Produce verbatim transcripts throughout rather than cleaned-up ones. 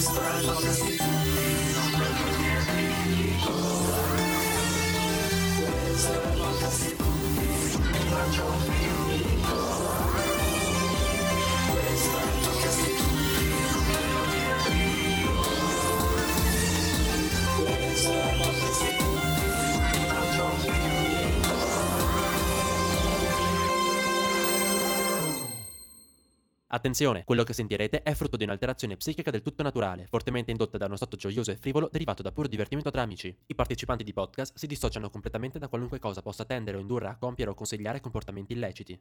Attenzione, quello che sentirete è frutto di un'alterazione psichica del tutto naturale, fortemente indotta da uno stato gioioso e frivolo derivato da puro divertimento tra amici. I partecipanti di podcast si dissociano completamente da qualunque cosa possa tendere o indurre a compiere o consigliare comportamenti illeciti.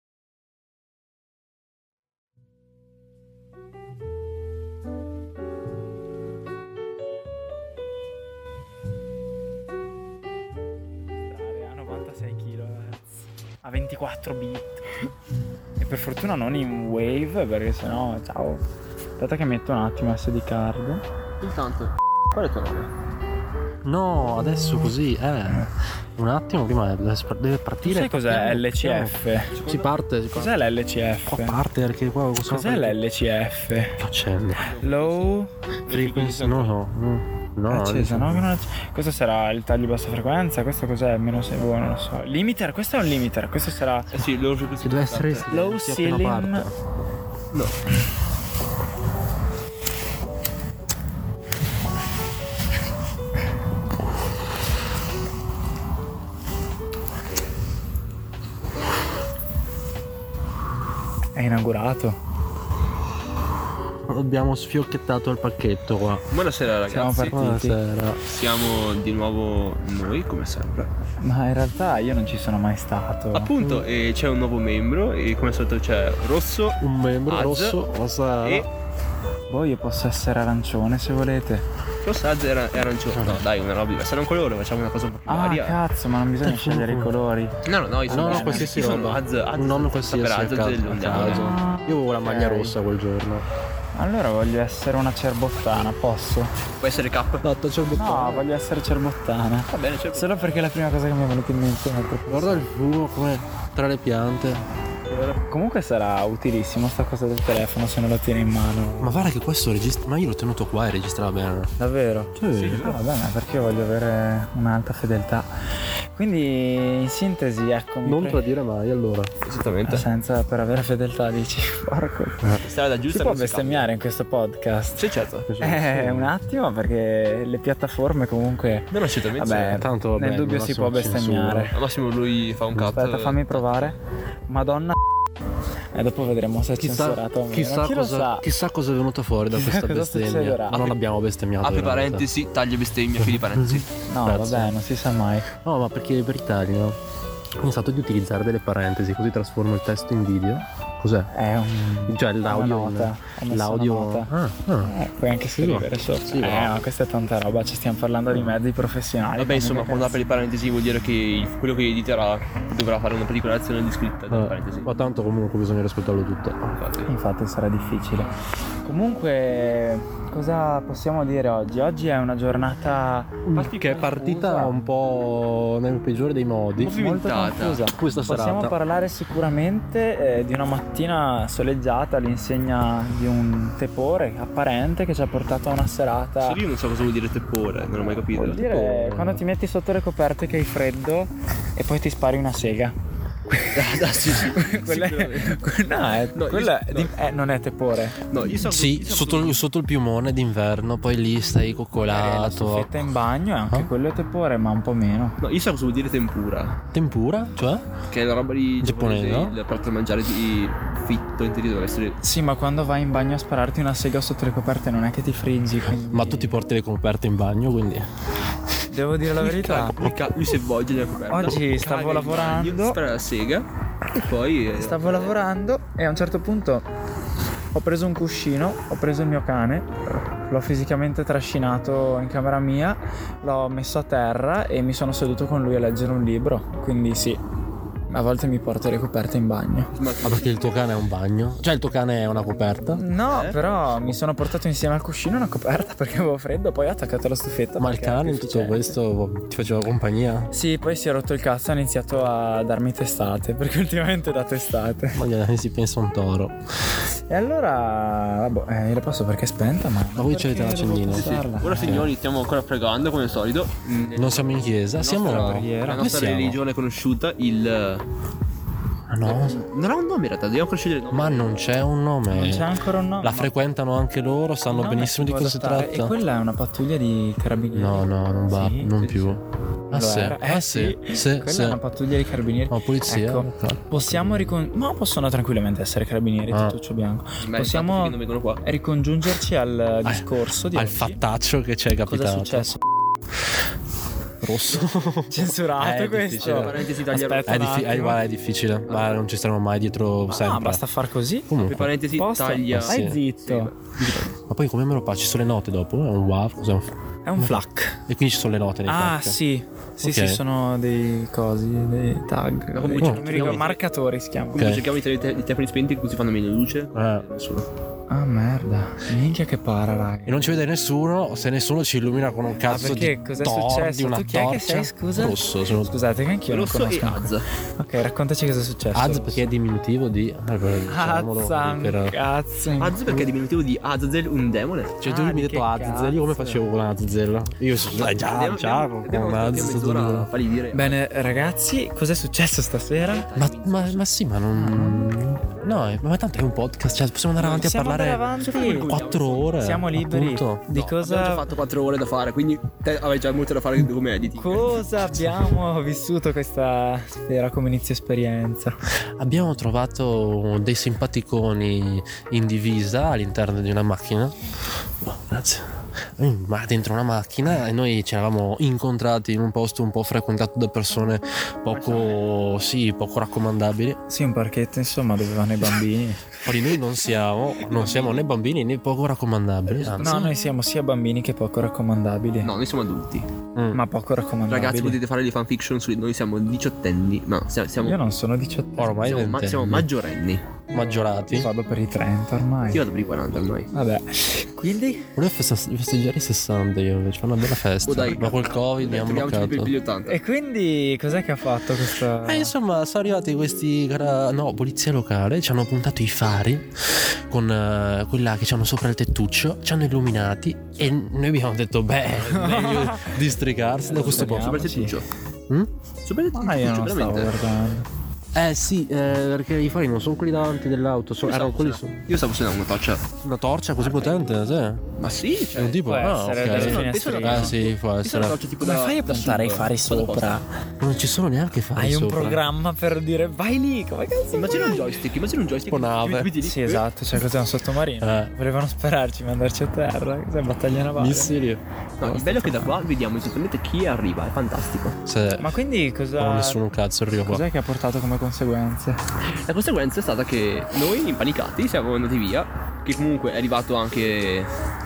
A novantasei kilohertz, a ventiquattro bit. E per fortuna non in wave, perché sennò, ciao. Aspetta che metto un attimo S D card. Intanto, qual è il tuo nome? No, adesso così, eh. Un attimo prima deve partire. Sai cos'è L C F? Si parte, si parte. Cos'è l'L C F? Qua parte perché qua cos'è l'L C F? Accende. Low frequency, no, no. No, è acceso, no? Non è... Questo sarà il taglio bassa frequenza, questo cos'è? Meno sei, boh, non lo so. Limiter, questo è un limiter, questo sarà. Eh sì, low frequency. Deve essere low ceiling. No. È inaugurato. Abbiamo sfiocchettato il pacchetto qua. Buonasera ragazzi. Siamo partiti. Buonasera. Siamo di nuovo noi, come sempre. Ma in realtà io non ci sono mai stato. Appunto, e c'è un nuovo membro. E come al solito c'è Rosso. Un membro Az, rosso, rosa. E Boh, io posso essere arancione se volete. Rosso Az era arancione. No, dai, una roba diversa. Non colore, facciamo una cosa un po' più Ah, varia. cazzo, ma non bisogna scegliere i colori. No, no, no, io sono No, no, qualsiasi io sono roba. Az, Az, Un nonno sta qualsiasi per a Az caso, del- a andiamo. caso. Ah, Io avevo la maglia ok. rossa quel giorno. Allora voglio essere una cerbottana, posso? Può essere K. Esatto, c'è un No, bottone. voglio essere cerbottana. Va bene, c'è. Solo perché è la prima cosa che mi è venuta in mente. mi ha proprio- Guarda il fumo come tra le piante. Comunque sarà utilissimo sta cosa del telefono se non lo tieni in mano. Ma guarda che questo registra. Ma io l'ho tenuto qua e registrava bene. Davvero? Sì. Ah, va bene, perché io voglio avere un'alta fedeltà. Quindi in sintesi, ecco, mi Non pre- tradire mai allora. Esattamente. senza per avere fedeltà dici, porco. Strada Si giusta. può non si bestemmiare in questo podcast? cambia. Sì, certo. Eh, un attimo, perché le piattaforme comunque. Non assolutamente. Vabbè, Tanto, vabbè, nel dubbio al si può massimo bestemmiare. Al massimo lui fa un cut. Aspetta, fammi provare. Madonna. E dopo vedremo se è Chissà, censurato o meno. chissà, Chi lo cosa, sa? chissà cosa è venuto fuori da Chissà questa cosa bestemmia. succederà. Ma non abbiamo bestemmiato. Apri veramente. parentesi, taglia bestemmia, chiudi parentesi. No, Grazie. vabbè, non si sa mai. No, ma perché per Italia ho pensato di utilizzare delle parentesi, così trasformo il testo in video. Cos'è? È un. Cioè l'audio. Una nota. Ho messo L'audio. una nota. Ah, ah. Eh, puoi anche scrivere sotto. Sì, eh, va. ma questa è tanta roba, ci stiamo parlando di mezzi professionali. Vabbè, insomma, Come quando cazzo. apri parentesi vuol dire che il- quello che editerà dovrà fare una particolare azione di scritta delle Eh, parentesi. ma tanto comunque bisogna ascoltarlo tutto. Infatti. Infatti sarà difficile. Comunque, cosa possiamo dire oggi? Oggi è una giornata Che è partita un po' nel peggiore dei modi. Un po' molto Movimentata. confusa. Questa Possiamo serata. parlare sicuramente eh, di una mattina soleggiata all'insegna di un tepore apparente che ci ha portato a una serata. Solo io non so cosa vuol dire tepore, non ho mai capito. Vuol dire quando ti metti sotto le coperte che hai freddo e poi ti spari una sega. Ah, sì, sì. Quella è, no, è, No, io- quella è no. di- eh, non è tepore. No, io so Sì, io so sotto, il- sotto il piumone d'inverno, poi lì stai La coccolato. soffietta in bagno e anche Ah. quello è tepore, ma un po' meno. No, io so cosa vuol dire tempura, Tempura? Cioè? che è la roba di Giapponese, giapponese, il piatto da mangiare di fitto, inteso deve essere. Sì, ma quando vai in bagno a spararti una sega sotto le coperte non è che ti frizzi. Quindi... Ma tu ti porti le coperte in bagno, quindi. Devo dire la verità. Lui, ca- lui si avvolge nella coperta. Oggi stavo caga in lavorando. bagno, spara la sega e poi. eh, Stavo lavorando e a un certo punto ho preso un cuscino, ho preso il mio cane, l'ho fisicamente trascinato in camera mia, l'ho messo a terra e mi sono seduto con lui a leggere un libro. Quindi sì, a volte mi porto le coperte in bagno. Ma perché il tuo cane è un bagno? Cioè il tuo cane è una coperta? No, Eh? però mi sono portato insieme al cuscino una coperta perché avevo freddo, poi ho attaccato la stufetta. Ma il perché era cane in più tutto efficiente. questo ti faceva compagnia? Sì, poi si è rotto il cazzo e ha iniziato a darmi testate, perché ultimamente dà testate. Magari si pensa un toro. E allora, vabbè, eh, le passo perché è spenta, ma... Ma voi c'avete l'accendino? Sì, sì. Ora signori stiamo ancora pregando come al solito. Mm, Non siamo in chiesa, la siamo nostra- preghiera. La Dove nostra siamo? religione conosciuta, il... Ah, no, Non ha un nome in realtà, dobbiamo conoscere il nome. ma non c'è un nome. Non c'è ancora un nome. La ma- frequentano anche loro, sanno No, benissimo di ma cosa si si può adattare. tratta. E quella è una pattuglia di carabinieri. No, no, non va, Sì? non più. Ah, Lo sì. era. Ah, Eh, sì. sì. Sì, Quella sì. è una pattuglia di carabinieri. Oh, polizia. Ecco, Ok. possiamo ricon... Ma possono tranquillamente essere carabinieri, Ah. tutto bianco. Beh, infatti, Possiamo finché non vengono qua. ricongiungerci al discorso di Al oggi. fattaccio che c'è Cosa è capitato. successo? Rosso. Censurato Eh, è questo. difficile. Parentesi tagliare- Aspetta È, un diffi- eh, attimo. guarda, è difficile. Ma non ci staremo mai dietro Ah, sempre. basta far così. Per Comunque. parentesi Posto? taglia. Stai Sì. zitto. Ma poi come me lo fa? Ci sono le note dopo? È un wow. Cos'è un f- È un flac. E quindi ci sono le note nei Ah, pack. sì. Sì, Ok. sì, sono dei cosi, dei tag. Ma comunque dei- ci- non mi ricordo, marcatori si chiamano. Comunque Ok. cerchiamo di tenere i te- i telefoni spenti così fanno meno luce. Eh. Nessuno. Ah, merda. Minchia che para, raga. E non ci vede nessuno se nessuno ci illumina con un cazzo perché di cos'è tor- successo? di una Tu chi è che torcia. sei, scusa? Rosso, sono Scusate che anch'io non Rosso e conosco. Az. Ok, raccontaci cosa è successo. Az perché è diminutivo di diciamolo, Azza, per- cazzo. Az perché è diminutivo di Azazel, un demone. Cioè Ah, tu mi hai di detto che Azazel, io come cazzo? facevo con Azazel? Io sono eh, già, Abbiamo- già, abbiamo- con abbiamo fatto Azazel. mezz'ora a fargli dire. Bene, ragazzi, cos'è successo stasera? Ma, ma, ma sì, ma non... No, eh, ma tanto è un podcast, cioè possiamo andare avanti Possiamo a parlare andare avanti. quattro ore. Siamo liberi. appunto. Di No, abbiamo già cosa fatto quattro ore da fare, quindi te avevi già molto da fare come editi. Cosa abbiamo vissuto questa sera come inizio esperienza? Abbiamo trovato dei simpaticoni in divisa all'interno di una macchina. Oh, grazie. Mm, Ma dentro una macchina e noi ci eravamo incontrati in un posto un po' frequentato da persone poco, sì, poco raccomandabili. Sì, un parchetto, insomma, dove vanno i bambini. Poi noi non siamo, non siamo né bambini né poco raccomandabili. Anzi. No, noi siamo sia bambini che poco raccomandabili. No, noi siamo adulti. Mm. Ma poco raccomandabili. Ragazzi, potete fare le fanfiction su noi, siamo diciottenni. No, siamo, siamo, Io non sono diciotto. Ormai siamo, ma- ventenni. siamo maggiorenni. maggiorati. Io vado per i trenta ormai. Io vado per i quaranta ormai. Vabbè. Quindi? Volevo feste- festeggiare i sessanta io invece, fare una bella festa. Oh, dai. Ma col Covid mi hanno Torniamoci per bloccato. gli ottanta. E quindi cos'è che ha fatto questa... Eh, insomma, sono arrivati questi cara- no, polizia locale, ci hanno puntato i fari con eh, quella che c'hanno sopra il tettuccio, ci hanno illuminati e noi abbiamo detto beh, meglio districarsi da questo posto. Sopra il tettuccio. Mm? Sopra il Ma io tettuccio, non stavo veramente. guardando. Eh sì, eh, perché i fari non sono quelli davanti dell'auto, sono, erano quelli su. Io stavo usando una torcia. Una torcia così potente, sì. Ma sì, È cioè. un tipo, può ah, essere ok. delle Penso- finestrine. penso- Eh sì, può Questa è una essere. torcia tipo Come da- fai a da puntare i sub, fari quella sopra? Non ci sono neanche fari Hai un sopra. programma per dire vai lì, come cazzo posta. Immagina fai? un joystick, immagina un joystick. Tipo nave. Ti metti lì. Sì, esatto, cioè cos'è un sottomarino? Eh. Volevano sperarci, mandarci a terra. Cos'è battaglia navale? Missili. No, il bello è che da qua vediamo esattamente chi arriva, è fantastico. Se Ma quindi cosa... non nessuno un cazzo arriva qua. Cos'è che ha portato come conseguenze? La conseguenza è stata che noi impanicati siamo andati via, che comunque è arrivato anche...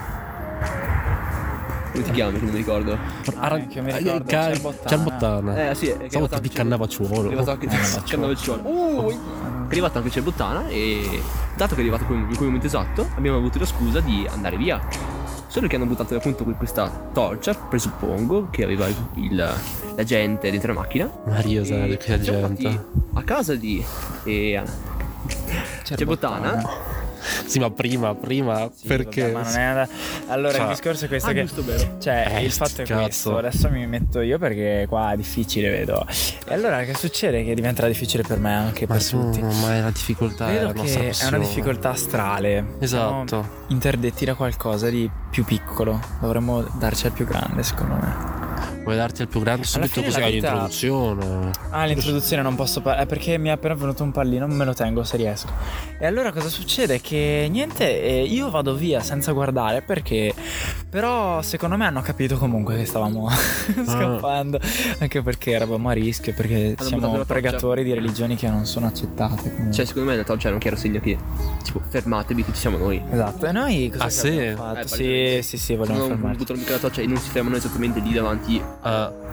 Come ti chiami? Che non mi ricordo. Ara- che mi ricordo, Ca- Cerbottana. Cerbottana. Eh sì, è che è Stavo arrivato che di anche- Cannavacciuolo. È arrivato anche Cannavacciuolo. Uh, è arrivato anche Cerbottana e dato che è arrivato in quel momento esatto, abbiamo avuto la scusa di andare via. Solo che hanno buttato appunto questa torcia, presuppongo, che aveva il, la gente dentro la macchina. Maria, sai E che siamo gente. andati a casa di eh, Cerbottana. Sì, ma prima, prima, perché? Vabbè, ma non è andata- Allora Cioè- il discorso è questo Ah, che giusto, vero. cioè Eh, il fatto sti è cazzo. questo. Adesso mi metto io perché qua è difficile, vedo. E allora che succede? Che diventerà difficile per me anche Ma per su, tutti. ma è la difficoltà, è Vedo la nostra che è passione. una difficoltà astrale. Esatto. Siamo interdetti da qualcosa di più piccolo. Dovremmo darci al più grande, secondo me. Vuoi darti al più grande subito fine così la vita- all'introduzione? Ah, l'introduzione non posso parlare perché mi è appena venuto un pallino, me lo tengo se riesco. E allora cosa succede? Che niente, eh, io vado via senza guardare perché però secondo me hanno capito comunque che stavamo scappando, anche perché eravamo a rischio, perché buttato siamo la torcia. pregatori di religioni che non sono accettate comunque. Cioè, secondo me la torcia era un chiaro segno che, tipo, fermatevi che ci siamo noi. Esatto, e noi cosa Ah, sì? abbiamo fatto? Eh, sì, sì, sì, volevamo non fermarci. buttano mica la torcia e non si fermano esattamente lì davanti Ah,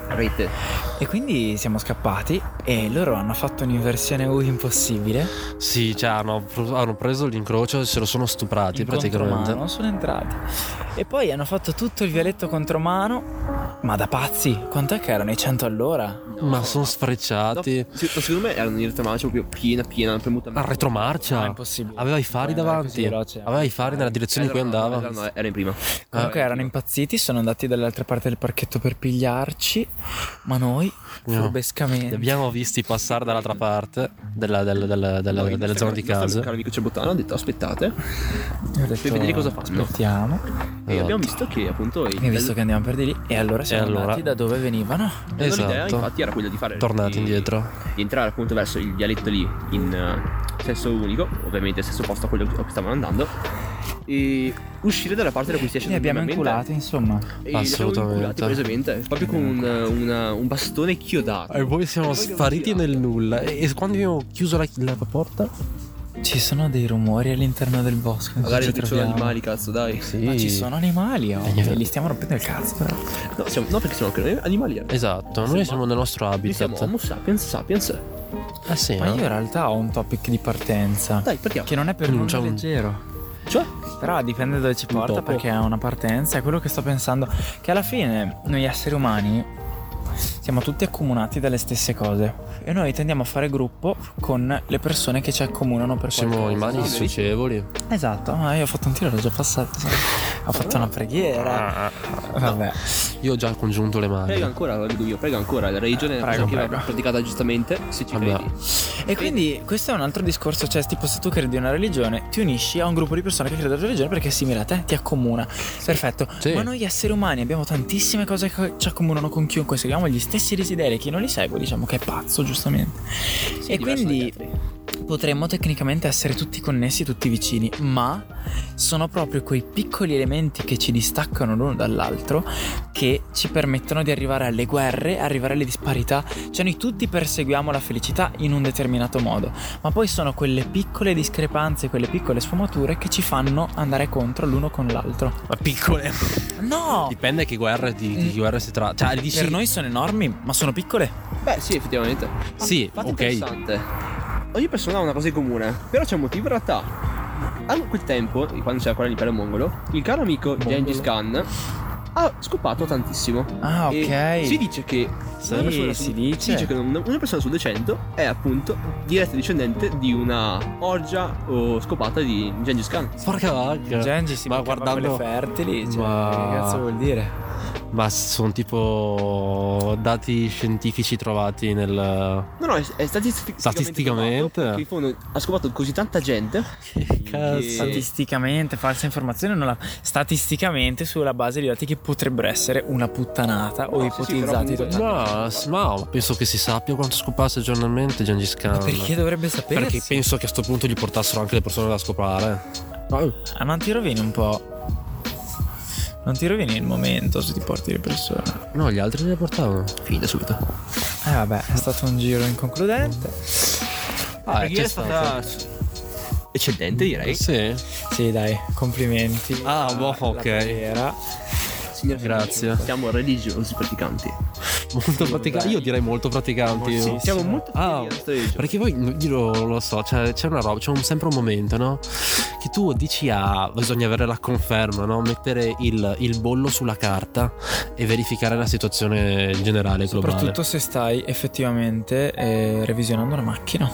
Rete. E quindi siamo scappati e loro hanno fatto un'inversione U impossibile. Sì, cioè hanno, hanno preso l'incrocio e se lo sono stuprati In praticamente. contromano sono entrati. E poi hanno fatto tutto il vialetto contromano. Ma da pazzi, quant'è che erano i cento all'ora? Ma sono No, sfrecciati. se- secondo me erano in retromarcia proprio piena, piena, premuta. A retromarcia. No, è impossibile. Aveva i fari Puoi andare davanti. così veloce. Aveva i fari nella direzione in cui Era- andava. era- no, era in prima. Comunque Eh, erano impazziti, sono andati dall'altra parte del parchetto per pigliarci. Ma noi, No. furbescamente, Li abbiamo visti passare dall'altra parte della, della, della, della, Noi, il della nostro- zona di il nostro casa. caro amico Cebottano ha detto aspettate Ho detto, per vedere cosa fanno. Aspettiamo. E Esatto. abbiamo visto che appunto il- E visto che andiamo per di lì, e allora siamo allora? andati da dove venivano. l'idea Esatto. infatti era quella di fare Tornati di, indietro. di entrare appunto verso il vialetto lì in eh, senso unico, ovviamente stesso posto a quello a cui stavano andando, e uscire dalla parte da cui stia Li scendendo abbiamo normalmente. inculati, insomma. E li abbiamo Assolutamente. inculati precisamente, proprio con un, una- un bastone chiodato. E poi siamo Poi abbiamo spariti girato. nel nulla. E e quando abbiamo chiuso la, la porta, Ci sono dei rumori all'interno del bosco. Magari ci ci sono troviamo. animali, cazzo, dai. sì. Ma ci sono animali, oh. Eh, E li stiamo rompendo il cazzo, però. No, siamo, no perché siamo anche noi animali. eh. Esatto, noi siamo nel nostro Noi siamo habitat. Homo sapiens sapiens. Ah sì, Ma eh? io in realtà ho un topic di partenza. Dai, partiamo. Che non è per Mm, nulla c'è un- leggero. Cioè, Però dipende dove ci porta, topo. perché è una partenza. È quello che sto pensando. Che alla fine noi esseri umani siamo tutti accomunati dalle stesse cose. E noi tendiamo a fare gruppo con le persone che ci accomunano per Siamo qualcosa. rimani Sì, socievoli. Esatto, ma io ho fatto un tiro, l'ho già passato. sai. Ho fatto una preghiera. Vabbè. Io ho già congiunto le prega mani. ancora, lo dico io, prega ancora. La religione è una Prego, cosa che va prego. praticata giustamente, se ci Vabbè. credi. E quindi questo è un altro discorso, cioè tipo se tu credi in una religione, ti unisci a un gruppo di persone che credono in una religione perché è simile a te, ti accomuna. Perfetto. Sì. Ma noi esseri umani abbiamo tantissime cose che ci accomunano con chiunque, seguiamo gli stessi desideri, chi non li segue diciamo che è pazzo, giustamente. Sì, e diverso dagli quindi altri. potremmo tecnicamente essere tutti connessi, tutti vicini, ma sono proprio quei piccoli elementi che ci distaccano l'uno dall'altro che ci permettono di arrivare alle guerre, arrivare alle disparità. Cioè noi tutti perseguiamo la felicità in un determinato modo, ma poi sono quelle piccole discrepanze, quelle piccole sfumature che ci fanno andare contro l'uno con l'altro. Ma piccole. No! Dipende che guerra di, di che guerra si tratta. Cioè, dici. Per noi sono enormi, ma sono piccole. Beh, sì, effettivamente. Sì, Infatti ok. interessante. Ogni persona ha una cosa in comune, però c'è un motivo in realtà. A quel tempo, quando c'era ancora l'impero mongolo, il caro amico Gengis Khan ha scopato tantissimo. Ah, E ok. si dice che Sì, una persona si su, dice. si dice che una, una persona su duecento è appunto diretta discendente di una orgia o scopata di Gengis Khan. Porca vacca. Genji si ma ma guardando. quelle fertili, cioè, Ma- che cazzo vuol dire? Ma sono tipo dati scientifici trovati nel. No, no, è, è statisticamente. Statisticamente? provato che in fondo ha scopato così tanta gente. Che cazzo. Che- Statisticamente, falsa informazione, non la... statisticamente sulla base di dati che potrebbero essere una puttanata o No, sì, sì, ipotizzati però comunque- totalmente. No, s- no, penso che si sappia quanto scopasse giornalmente Gengis Khan. Ma perché dovrebbe sapere? Perché penso che a sto punto gli portassero anche le persone da scopare. Oh. Ah, non ti rovini un po'. Non ti rovini il momento se ti porti le persone. No, gli altri le portavano. Finita subito. Eh vabbè, è stato un giro inconcludente. Ah, c'è è stata eccellente, direi. Sì. Sì, dai, complimenti. Ah, boh, alla ok. preghiera. Signor, Grazie. Siamo religiosi praticanti. Molto praticanti. Io direi molto praticanti. Sì, siamo molto fedeli Ah, alla nostra religione. perché poi io lo, lo so, c'è, c'è una roba, c'è un, sempre un momento, no? Che tu dici ah, bisogna avere la conferma, no? Mettere il, il bollo sulla carta e verificare la situazione generale globale. Soprattutto se stai effettivamente eh, revisionando una macchina.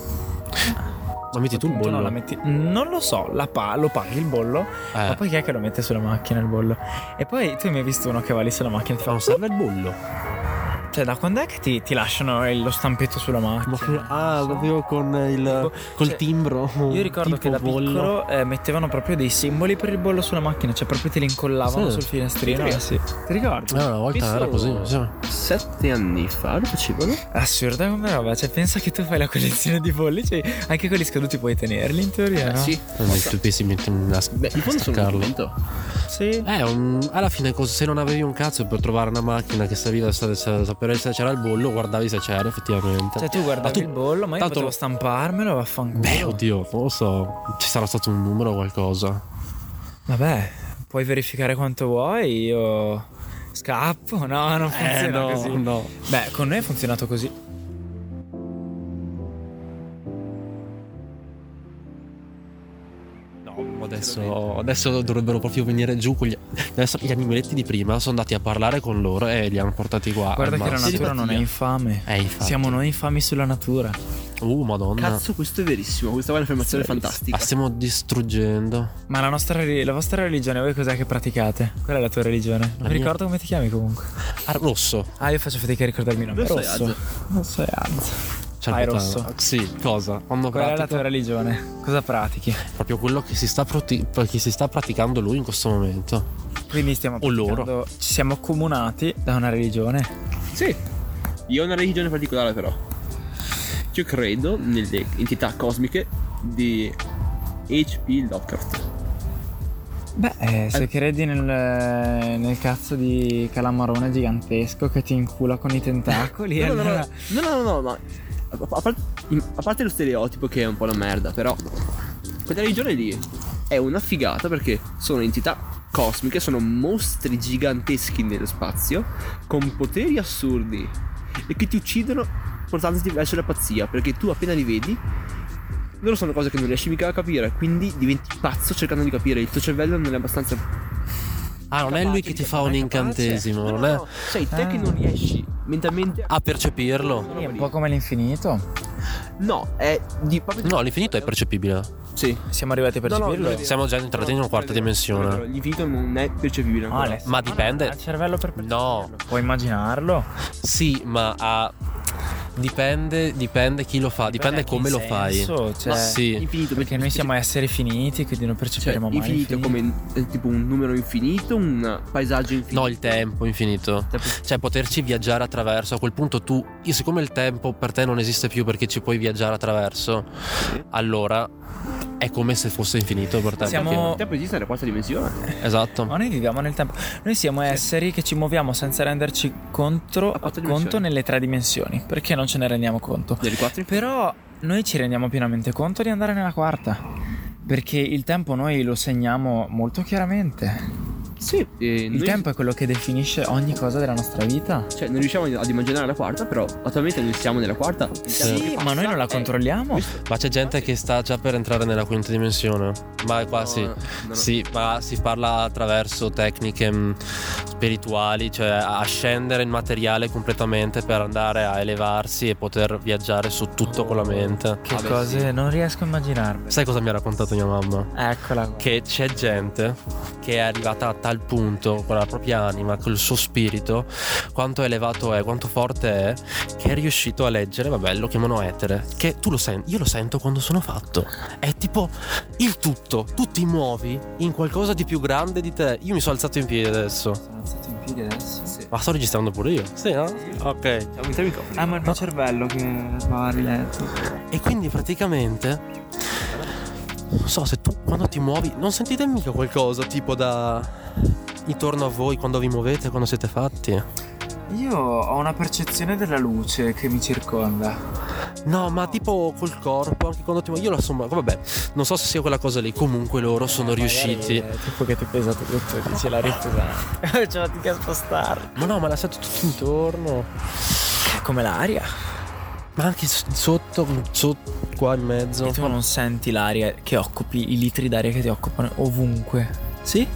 Ma metti tu il Appunto, bollo? non, la metti- non lo so, la pa- lo paghi il bollo, Eh. ma poi chi è che lo mette sulla macchina il bollo? E poi tu mi hai visto uno che va lì sulla macchina e ti Ma fa non serve il bollo? cioè da quando è che ti, ti lasciano il- lo stampetto sulla macchina? Ah, proprio con il col Cioè, timbro. Io ricordo che tipo da bollo. piccolo eh, mettevano proprio dei simboli per il bollo sulla macchina, cioè proprio te li incollavano Sì. sul finestrino. Eh, sì. Ti ricordi? Ah, una volta Penso- era così. Sì. Sette anni fa lo facevano. Assurda come roba, cioè pensa che tu fai la collezione di bolli, cioè anche quelli scaduti puoi tenerli in teoria, no? Sì. Quindi tu pensi metti a, Beh, in fondo sono un staccarlo. documento. Sì. Eh, un- alla fine cosa- se non avevi un cazzo per trovare una macchina che serviva a sa- sa- sapere se c'era il bollo, guardavi se c'era effettivamente. Cioè tu guardavi Ma tu- il bollo, ma io tanto- potevo stamparmelo, vaffanculo. Beh, oddio, non lo so, ci sarà stato un numero o qualcosa. Vabbè, puoi verificare quanto vuoi, io Scappo? No, non funziona Eh, no, così. no. Beh, con noi è funzionato così. No, adesso, adesso dovrebbero proprio venire giù con gli, adesso gli animaletti di prima sono andati a parlare con loro e li hanno portati qua. Guarda al che la massimo. natura non è infame. Eh, infatti. Siamo noi infami sulla natura. Uh, madonna. Cazzo, questo è verissimo. Questa è un'affermazione fantastica. La stiamo distruggendo. Ma la nostra re- la vostra religione, voi cos'è che praticate? Qual è la tua religione? Non La mi mia? ricordo come ti chiami comunque. Ah, rosso. Ah, io faccio fatica a ricordarmi il nome. Rosso è Rosso. Az. Rosso è Az. C'è Ah, il è bottone. rosso. Sì, cosa? Quando Qual è la pratico tua religione? Cosa pratichi? proprio quello che si sta proti- che si sta praticando lui in questo momento. Quindi stiamo O loro. praticando- ci siamo accomunati da una religione. Sì. Io ho una religione particolare però. Io credo nelle entità cosmiche di H P Lovecraft. Beh, eh, se credi nel, nel cazzo di calamarone gigantesco che ti incula con i tentacoli, No, no, no, allora... no, no, no, no, ma a, a parte, a parte lo stereotipo che è un po' una merda, però quella religione lì è una figata perché sono entità cosmiche, sono mostri giganteschi nello spazio con poteri assurdi e che ti uccidono portandoti verso la pazzia, perché tu appena li vedi loro sono cose che non riesci mica a capire, quindi diventi pazzo cercando di capire, il tuo cervello non è abbastanza. Ah, non è lui che ti fa un incantesimo, No, non no, è no, sei te che non riesci mentalmente a... a percepirlo. È un po' come l'infinito. No, è di proprio. No, l'infinito è percepibile. Sì. Siamo arrivati a No, no, percepirlo. non è Siamo già entrati in una quarta dimensione. L'infinito non è percepibile ancora. Ale, Ma dipende. Ha il cervello per No, Puoi immaginarlo? sì, ma ha dipende, dipende chi lo fa, dipende Beh, come in lo fai. senso, cioè, Ma sì. Infinito Perché noi siamo esseri finiti, quindi non cioè, percepiremo mai infinito l'infinito. come eh, tipo un numero infinito, un paesaggio infinito. No, il tempo infinito. Cioè poterci viaggiare attraverso. A quel punto tu, io- siccome il tempo per te non esiste più perché ci puoi viaggiare attraverso, allora è come se fosse infinito per te. Siamo- perché- Il tempo esiste nella quarta dimensione. Esatto. Ma noi viviamo nel tempo. Noi siamo esseri che ci muoviamo senza renderci contro, A quattro conto dimensioni. nelle tre dimensioni. Perché non ce ne rendiamo conto? Nelle quattro Però noi ci rendiamo pienamente conto di andare nella quarta. Perché il tempo noi lo segniamo molto chiaramente. Sì. E Il noi, tempo è quello che definisce ogni cosa della nostra vita. Cioè, non riusciamo ad immaginare la quarta, però attualmente noi siamo nella quarta. Il Sì. tempo che Ma passa noi non la è controlliamo. questo. Ma c'è gente che sta già per entrare nella quinta dimensione. Ma qua No, sì. no, no. Sì, ma si parla attraverso tecniche mh, spirituali, cioè a scendere in materiale completamente per andare a elevarsi e poter viaggiare su tutto con la mente. Che Vabbè, cose sì. non riesco a immaginarmi. Sai cosa mi ha raccontato mia mamma? Eccola qua. Che c'è gente che è arrivata a tal punto con la propria anima, con il suo spirito, quanto elevato è, quanto forte è, che è riuscito a leggere, vabbè, lo chiamano etere, che tu lo senti, io lo sento quando sono fatto. È tipo il tutto, tu ti muovi in qualcosa di più grande di te. Io mi sono alzato in piedi adesso. Sono alzato in piedi adesso. Sì. Ma sto registrando pure io? Sì, no? Ok. Siamo in tre microfoni. Ah, ma il mio cervello che va a riletto. E quindi praticamente non so se tu quando ti muovi non sentite mica qualcosa tipo da intorno a voi quando vi muovete, quando siete fatti? Io ho una percezione della luce che mi circonda. No, ma tipo col corpo, anche quando ti muovi. Io la somma, vabbè, non so se sia quella cosa lì. Comunque loro sono riusciti. Magari è tipo che ti è pesato tutto, dici la pesante. C'è fatica a spostarlo. Ma no, ma la sento tutto intorno. È come l'aria. Ma anche s- sotto, sotto, qua in mezzo. E tu non senti l'aria che occupi, i litri d'aria che ti occupano ovunque. Sì?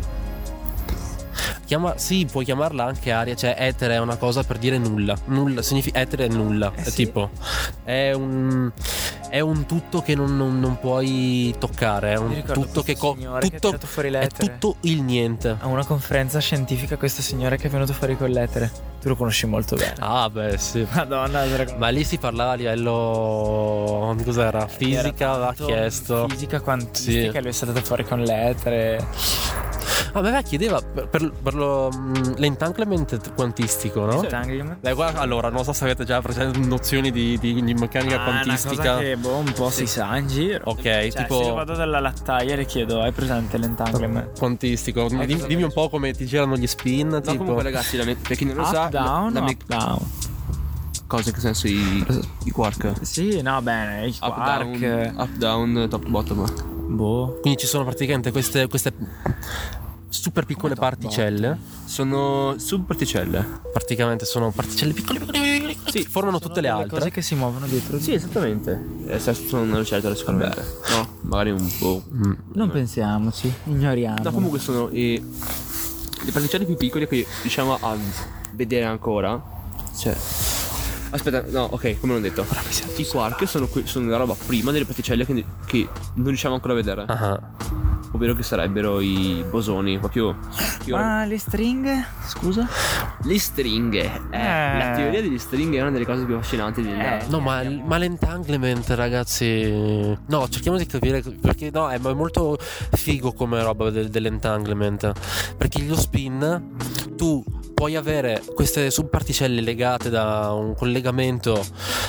Chiama, sì, puoi chiamarla anche aria, cioè etere è una cosa per dire nulla. Nulla, significa etere è nulla. Eh è sì. tipo, è un, è un tutto che non, non- non puoi toccare. È Mi un ricordo tutto che, questo co- signore che ha tutto, tirato fuori è l'etere. tutto il niente. A una conferenza scientifica questo signore che è venuto fuori con l'etere. Tu lo conosci molto bene. Ah, beh, sì. Madonna, era- Ma lì si parlava a livello. Cos'era? Fisica, aveva tanto chiesto. Fisica quantistica, Sì. lui è stato fuori con l'etere. Ah, ma aveva chiedeva per, per, per lo, mh, l'entanglement quantistico, no? Entanglement. Beh, guarda, allora, non so se avete già presente nozioni di, di- di meccanica Ah, è una quantistica. cosa che boh, un po' si sa in giro. Ok, Cioè, tipo. se io vado dalla lattaia e le chiedo, hai presente l'entanglement? Quantistico. cosa Dimmi, dimmi un po' come ti girano gli spin. No, tipo. comunque ragazzi, la me- per chi non lo Up, sa, down, la, la o me- up, down. cosa che senso i, i quark? Sì, no, bene, i Up, quark. down, up, down, top, bottom. Boh. Quindi ci sono praticamente queste, queste super piccole particelle Sono subparticelle. Praticamente sono particelle piccole, piccole, piccole, piccole. Sì, formano tutte le Delle altre. cose che si muovono dietro. Sì, esattamente. Eh, se sono una lucertola sicuramente. No, magari un po'. Mm. Non pensiamoci, ignoriamo. No, comunque sono i, le particelle più piccole che riusciamo a vedere ancora. Cioè. Aspetta, no, ok, come l'ho detto. I quark sono, que- sono la roba prima delle particelle che, che non riusciamo ancora a vedere. Ah. Ovvero che sarebbero i bosoni, proprio. Ma le stringhe? Scusa? Le stringhe. Eh, Eh. La teoria delle stringhe è una delle cose più affascinanti del Eh. No, ma, ma l'entanglement, ragazzi. No, cerchiamo di capire. Perché no, è molto figo come roba del, dell'entanglement. Perché lo spin, tu puoi avere queste subparticelle legate da un collegamento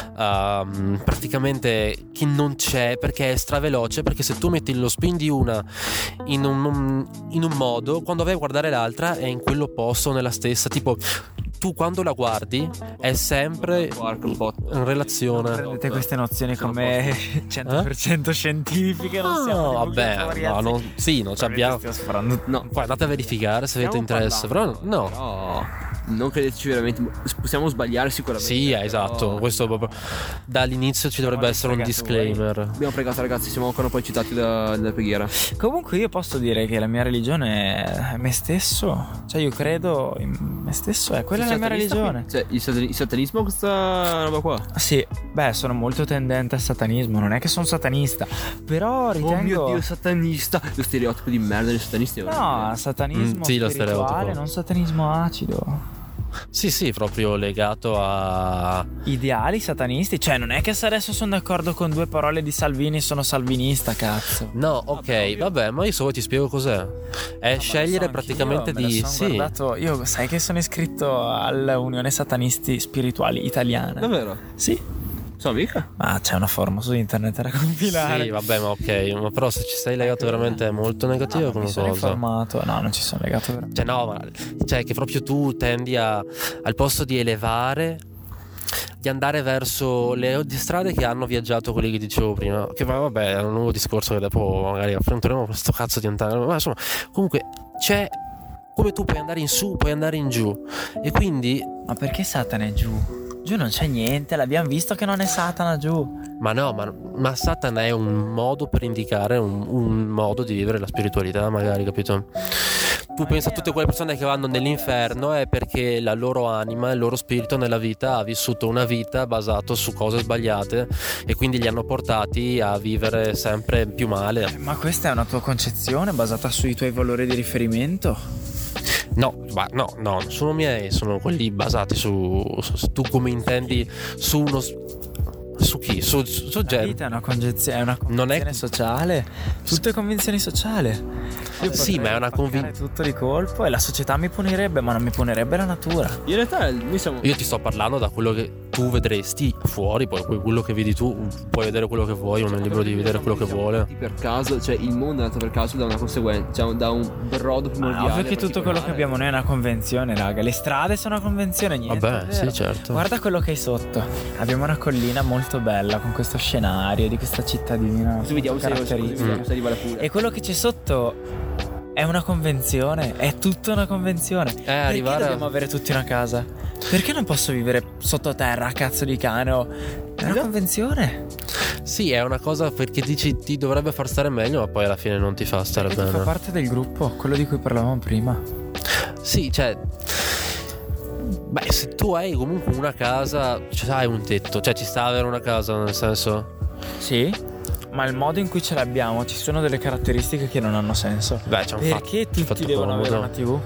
um, praticamente che non c'è, perché è straveloce. Perché se tu metti lo spin di una in un, in un modo, quando vai a guardare l'altra è in quell'opposto, nella stessa. Tipo, tu quando la guardi è sempre quark un po'. in relazione. Prendete queste nozioni Sono come cento per cento scientifiche, non siamo No, dei vabbè, bucatori, no, anzi, non, sì, non ci abbiamo. stiamo sparando. No, Poi andate a verificare se avete stiamo interesse. Però parlando, no. Però non credeteci veramente. Possiamo sbagliare sicuramente. Sì, però esatto. Questo proprio dall'inizio ci dovrebbe essere un disclaimer. Abbiamo pregato, ragazzi, siamo ancora poi citati da- dalla preghiera. Comunque io posso dire che la mia religione è me stesso. Cioè io credo in me stesso, è quella è la mia Satanista, religione. Cioè, il, satan- il satanismo, questa roba qua. Sì, beh, sono molto tendente al satanismo, non è che sono satanista, però ritengo Oh mio Dio, satanista. Lo stereotipo di merda dei satanisti. è No, orribile. satanismo Mm, sì, lo spirituale, stereotipo. non satanismo acido. Sì, sì, proprio legato a. Ideali satanisti, cioè non è che se adesso sono d'accordo con due parole di Salvini sono salvinista, cazzo. No, ok, vabbè, ma io solo ti spiego cos'è. È scegliere praticamente di. Io, Sì. guardato, io sai che sono iscritto all'Unione Satanisti Spirituali Italiana. Davvero? Sì. So mica. Ma c'è una forma su internet da compilare. Sì, vabbè, ma ok. Ma però se ci sei legato veramente è molto negativo No, come mi sono cosa. informato. No, non ci sono legato veramente. Cioè, no, ma cioè che proprio tu tendi a, al posto di elevare, di andare verso le strade che hanno viaggiato quelli che dicevo prima. Che va- vabbè, è un nuovo discorso che dopo magari affronteremo questo cazzo di andare. Ma insomma, comunque c'è come tu puoi andare in su, puoi andare in giù. E quindi. Ma perché Satana è giù? Giù non c'è niente, l'abbiamo visto che non è Satana giù. Ma no, ma, ma Satana è un modo per indicare un, un modo di vivere la spiritualità, magari, capito? Tu pensa a tutte quelle persone che vanno nell'inferno è perché la loro anima, il loro spirito nella vita ha vissuto una vita basata su cose sbagliate e quindi li hanno portati a vivere sempre più male. Ma questa è una tua concezione basata sui tuoi valori di riferimento? No, ma no, no, non sono miei, sono quelli basati su, su tu come intendi su uno su chi? Su, su, su La gente. vita è una concezione, è una Non è- convenzione sociale. Tutte convenzioni sociali. Io Sì, potrei ma è una convin- spaccare tutto di colpo e la società mi punirebbe, ma non mi punirebbe la natura. In realtà noi siamo. Io ti sto parlando da quello che tu vedresti fuori, poi quello che vedi tu, puoi vedere quello che vuoi, uno è libero di vedere quello che vuole. Per caso, cioè il mondo è nato per caso da una conseguenza, cioè da un brodo primordiale. Ma ovvio che tutto quello che abbiamo noi è una convenzione, raga. Le strade sono una convenzione, niente. Vabbè, è vero. sì, certo. Guarda quello che hai sotto. Abbiamo una collina molto bella con questo scenario di questa cittadina. Così vediamo se arriva, così caratteristica. vediamo se arriva la furia. E quello che c'è sotto è una convenzione, è tutta una convenzione. Perché arrivare a- dobbiamo avere tutti una casa? Perché non posso vivere sottoterra a cazzo di cane? o- È una convenzione. Sì, è una cosa perché dici ti dovrebbe far stare meglio, ma poi alla fine non ti fa stare Perché tu fa bene. parte del gruppo, quello di cui parlavamo prima. Sì, cioè. Beh, se tu hai comunque una casa, cioè hai un tetto, cioè ci sta ad avere una casa, nel senso. Sì, ma il modo in cui ce l'abbiamo, ci sono delle caratteristiche che non hanno senso. Beh, c'è un fatto. Perché c'è un fatto tutti devono comodo. avere una tivù?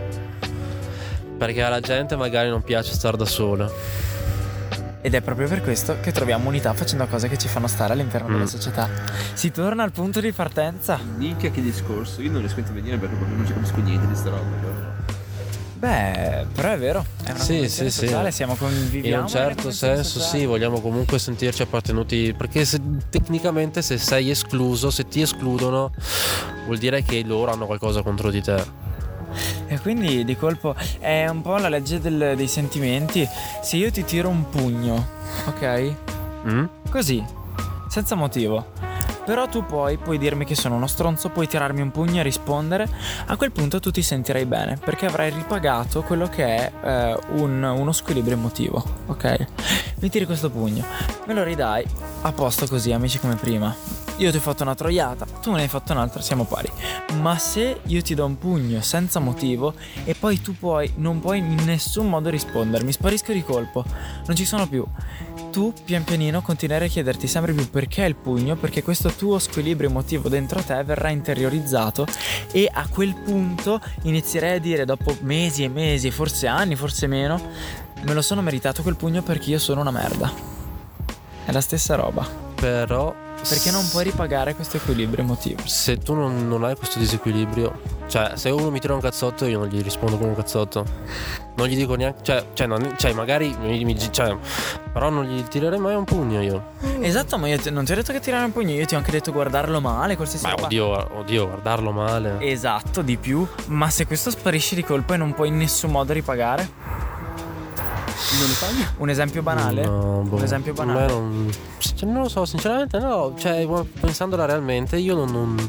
Perché alla gente magari non piace stare da sola. Ed è proprio per questo che troviamo unità facendo cose che ci fanno stare all'interno Mm. della società. Si torna al punto di partenza. Minchia che discorso, io non riesco a intervenire perché proprio non ci capisco niente di sta roba. però. Beh, però è vero. È una Sì, convenzione sì, sì. sociale, siamo conviviamo. In un nelle certo convenzioni senso sociali. sì, vogliamo comunque sentirci appartenuti. Perché se, tecnicamente se sei escluso, se ti escludono, vuol dire che loro hanno qualcosa contro di te. E quindi di colpo è un po' la legge del- dei sentimenti. Se io ti tiro un pugno, ok? Mm? Così, senza motivo. Però tu poi puoi dirmi che sono uno stronzo, puoi tirarmi un pugno e rispondere. A quel punto tu ti sentirai bene, perché avrai ripagato quello che è eh, un, uno squilibrio emotivo. Ok? Mi tiri questo pugno, me lo ridai, a posto così, amici come prima. Io ti ho fatto una troiata, tu me ne hai fatto un'altra, siamo pari. Ma se io ti do un pugno senza motivo e poi tu puoi non puoi in nessun modo rispondermi, sparisco di colpo, non ci sono più, tu pian pianino continuerai a chiederti sempre più perché il pugno, perché questo tuo squilibrio emotivo dentro te verrà interiorizzato, e a quel punto inizierai a dire, dopo mesi e mesi, forse anni, forse meno, me lo sono meritato quel pugno perché io sono una merda. È la stessa roba. Però Perché non puoi ripagare questo equilibrio emotivo. se tu non, non hai questo disequilibrio, cioè se uno mi tira un cazzotto io non gli rispondo con un cazzotto, non gli dico neanche, cioè, cioè, non, cioè magari mi, mi- cioè, però non gli tirerei mai un pugno io. Esatto, ma io ti- non ti ho detto che tirare un pugno, io ti ho anche detto guardarlo male, qualsiasi Ma roba. oddio, oddio, guardarlo male. Esatto, di più. Ma se questo sparisce di colpo e non puoi in nessun modo ripagare? Non lo fai? Un esempio banale? No, boh. Un esempio A me banale? non, cioè, non lo so, sinceramente no. Cioè, pensandola realmente, io non. Non,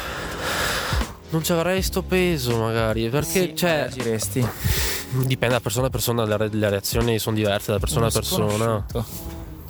non ci avrei sto peso, magari. Perché, Sì, cioè. reagiresti. Dipende da persona a persona, le, re- le reazioni sono diverse da persona Uno a persona. sconosciuto.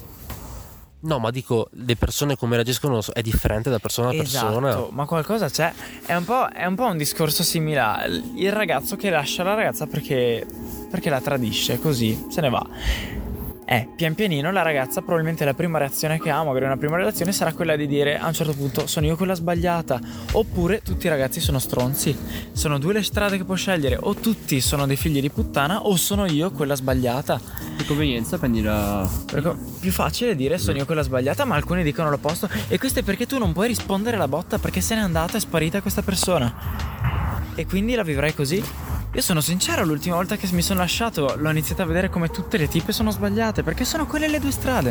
No, ma dico, le persone come reagiscono è differente da persona a persona. Esatto, ma qualcosa c'è. È un po', è un po' un discorso simile. Il ragazzo che lascia la ragazza perché, perché la tradisce, così se ne va. Eh, pian pianino la ragazza probabilmente la prima reazione che ha, magari una prima relazione, sarà quella di dire a un certo punto sono io quella sbagliata, oppure tutti i ragazzi sono stronzi. Sono due le strade che può scegliere, o tutti sono dei figli di puttana o sono io quella sbagliata. Per convenienza prendi la... Perché è più facile dire sono io quella sbagliata, ma alcuni dicono l'opposto, e questo è perché tu non puoi rispondere alla botta, perché se n'è andata, è sparita questa persona e quindi la vivrai così. Io sono sincero, l'ultima volta che mi sono lasciato l'ho iniziato a vedere come tutte le tipe sono sbagliate, perché sono quelle le due strade.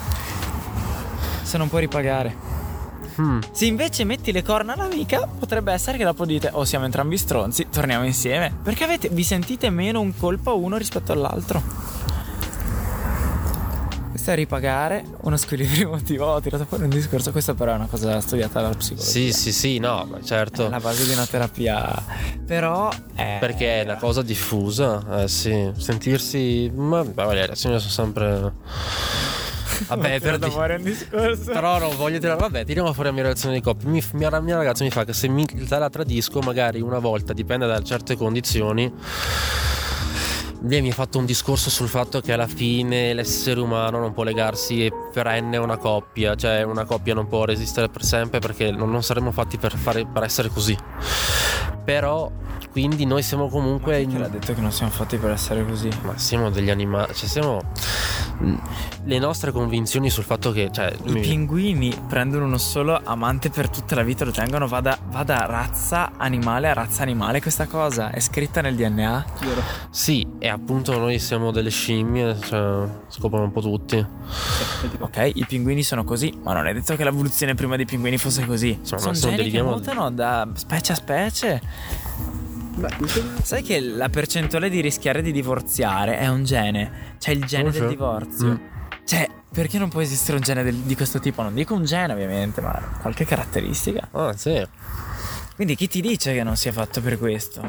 Se non puoi ripagare. Hmm. Se invece metti le corna all'amica, potrebbe essere che dopo dite oh siamo entrambi stronzi, torniamo insieme, perché avete, vi sentite meno un colpo uno rispetto all'altro. Questo è ripagare uno squilibrio emotivo. Ho tirato fuori un discorso, questa però è una cosa studiata dalla psicologia. Sì, sì, sì, no, ma certo. È la base di una terapia. Però è... Perché è una cosa diffusa, eh sì. Sentirsi. Ma vabbè, le reazioni sono sempre. Vabbè, per da di- fuori un discorso. Però non voglio tirare. Vabbè, tiriamo fuori la mia relazione di coppia. Mi, mia, mia ragazza mi fa che se mi la tradisco, magari una volta, dipende da certe condizioni. Lei mi ha fatto un discorso sul fatto che alla fine l'essere umano non può legarsi perenne a una coppia, cioè una coppia non può resistere per sempre perché non, non saremmo fatti per, fare, per essere così. Però quindi noi siamo comunque Chi l'ha detto che non siamo fatti per essere così? ma siamo degli animali, cioè siamo le nostre convinzioni sul fatto che cioè, I mi- pinguini prendono uno solo amante per tutta la vita, lo tengono, va da, va da razza animale a razza animale, questa cosa è scritta nel D N A. sì, e appunto noi siamo delle scimmie, cioè scoprono un po' tutti. Ok, i pinguini sono così, ma non è detto che l'evoluzione prima dei pinguini fosse così. Sì, ma Sono se non geni che deriviamo- mutano da specie a specie. Beh, Sai che la percentuale di rischiare di divorziare è un gene? C'è il gene Oh, del sì. divorzio. Mm. Cioè, perché non può esistere un gene del- di questo tipo? Non dico un gene ovviamente, ma qualche caratteristica. Ah, sì. Quindi chi ti dice che non sia fatto per questo?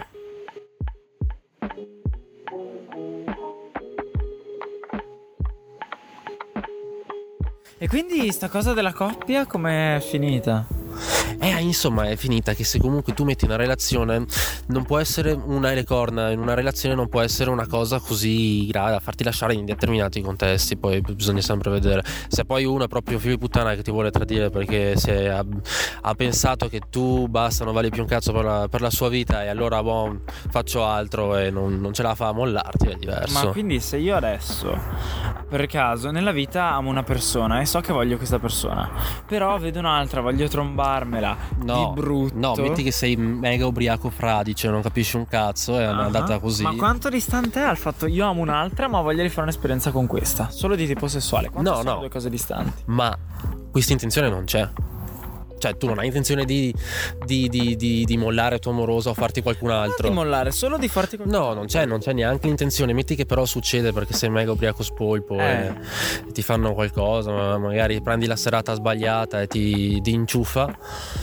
E quindi sta cosa della coppia com'è finita? Eh, insomma, è finita che se comunque tu metti una relazione, non può essere una le corna in una relazione, non può essere una cosa così grave da farti lasciare in determinati contesti. Poi bisogna sempre vedere. Se poi uno è proprio figlio di puttana che ti vuole tradire perché se ha, ha pensato che tu basta, non vali più un cazzo per la, per la sua vita, e allora boh, faccio altro e non, non ce la fa a mollarti, è diverso. Ma quindi se io adesso, per caso, nella vita amo una persona e so che voglio questa persona, però vedo un'altra, voglio trombarmela No, di brutto. no, metti che sei mega ubriaco fradice, non capisci un cazzo, è Ah, andata così. Ma quanto distante è al fatto io amo un'altra ma voglio rifare un'esperienza con questa? Solo di tipo sessuale. Quanto No, sono no. due cose distanti? Ma questa intenzione non c'è. cioè tu non hai intenzione di, di, di, di, di mollare tua amorosa o farti qualcun altro. Non di mollare, solo di farti qualcosa. No, non c'è, non c'è neanche l'intenzione. Metti che però succede perché sei mega ubriaco spolpo Eh. e ti fanno qualcosa, ma magari prendi la serata sbagliata e ti, ti inciuffa.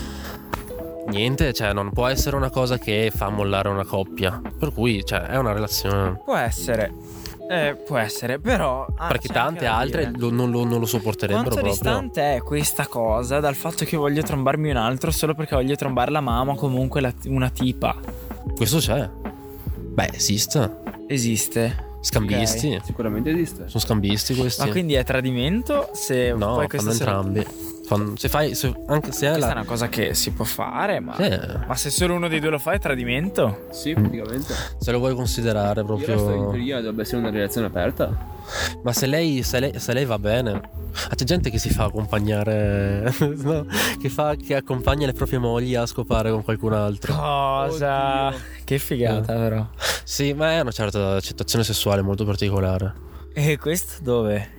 Niente, cioè non può essere una cosa che fa mollare una coppia. Per cui, cioè, è una relazione. Può essere. Eh, può essere, però ah, Perché c'è anche tante da altre dire. lo- non, lo, non lo sopporterebbero Quanto proprio. distante è questa cosa dal fatto che voglio trombarmi un altro solo perché voglio trombare la mamma o comunque la- una tipa? Questo c'è. Beh, esiste. Esiste. Scambisti. Sicuramente esiste. Sono scambisti questi. Ma quindi è tradimento se No, poi questa fanno se- entrambi. Fanno- se fai, se- anche se è Questa la. è una cosa che si può fare, ma... Eh, Ma se solo uno dei due lo fa è tradimento? Sì, praticamente. se lo vuoi considerare Io resto in proprio. teoria dovrebbe essere una relazione aperta. Ma se lei, se lei, se lei va bene. Ah, c'è gente che si fa accompagnare. No? Che fa, che accompagna le proprie mogli a scopare con qualcun altro. Cosa? Oddio. Che figata però. Sì, ma è una certa accettazione sessuale molto particolare. E questo dove?